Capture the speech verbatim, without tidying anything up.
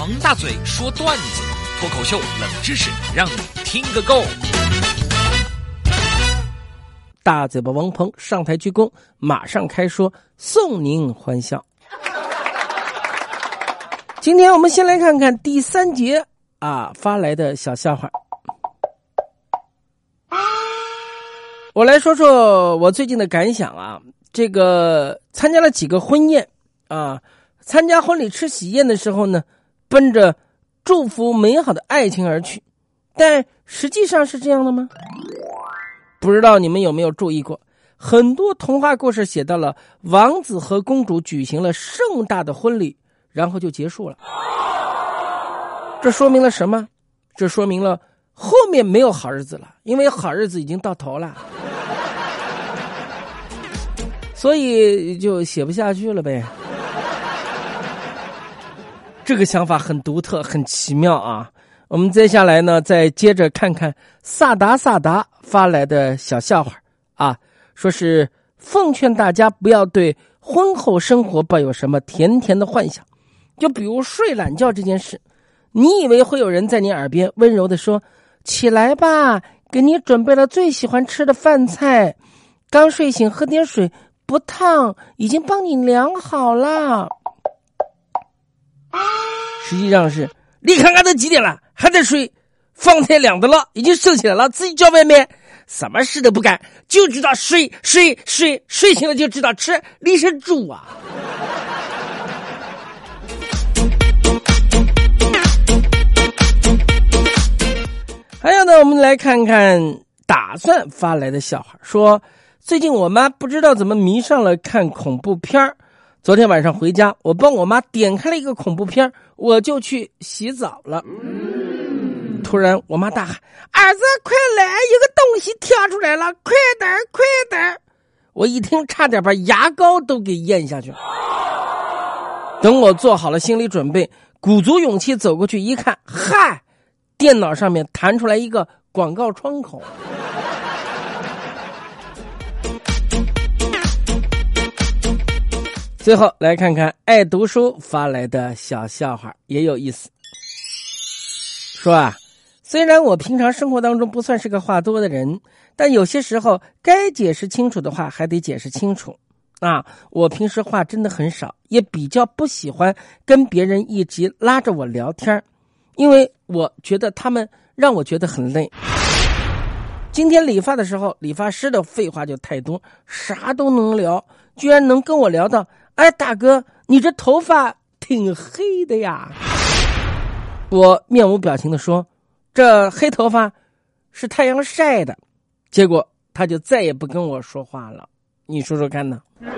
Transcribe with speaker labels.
Speaker 1: 王大嘴说段子，脱口秀冷知识，让你听个够。
Speaker 2: 大嘴巴王鹏上台鞠躬，马上开说，送您欢笑。今天我们先来看看第三节啊发来的小笑话。我来说说我最近的感想啊，这个参加了几个婚宴啊，参加婚礼吃喜宴的时候呢，奔着祝福美好的爱情而去，但实际上是这样的吗？不知道你们有没有注意过，很多童话故事写到了王子和公主举行了盛大的婚礼，然后就结束了。这说明了什么？这说明了后面没有好日子了，因为好日子已经到头了，所以就写不下去了呗。这个想法很独特，很奇妙啊。我们接下来呢，再接着看看萨达萨达发来的小笑话啊，说是奉劝大家不要对婚后生活抱有什么甜甜的幻想，就比如睡懒觉这件事，你以为会有人在你耳边温柔地说，起来吧，给你准备了最喜欢吃的饭菜，刚睡醒喝点水，不烫，已经帮你量好了。实际上是你看看都几点了还在睡，饭菜凉的了，已经收起来了，自己叫外卖，什么事都不干，就知道睡睡睡，睡醒了就知道吃，你是猪啊。还有呢，我们来看看打算发来的笑话，说最近我妈不知道怎么迷上了看恐怖片，昨天晚上回家，我帮我妈点开了一个恐怖片，我就去洗澡了。突然我妈大喊，儿子快来，有个东西跳出来了，快点快点。我一听差点把牙膏都给咽下去了。等我做好了心理准备，鼓足勇气走过去一看，嗨，电脑上面弹出来一个广告窗口。最后来看看爱读书发来的小笑话，也有意思。说啊，虽然我平常生活当中不算是个话多的人，但有些时候该解释清楚的话还得解释清楚啊。我平时话真的很少，也比较不喜欢跟别人一直拉着我聊天，因为我觉得他们让我觉得很累。今天理发的时候，理发师的废话就太多，啥都能聊，居然能跟我聊到，哎，大哥，你这头发挺黑的呀。我面无表情地说，这黑头发是太阳晒的。结果他就再也不跟我说话了。你说说看呢？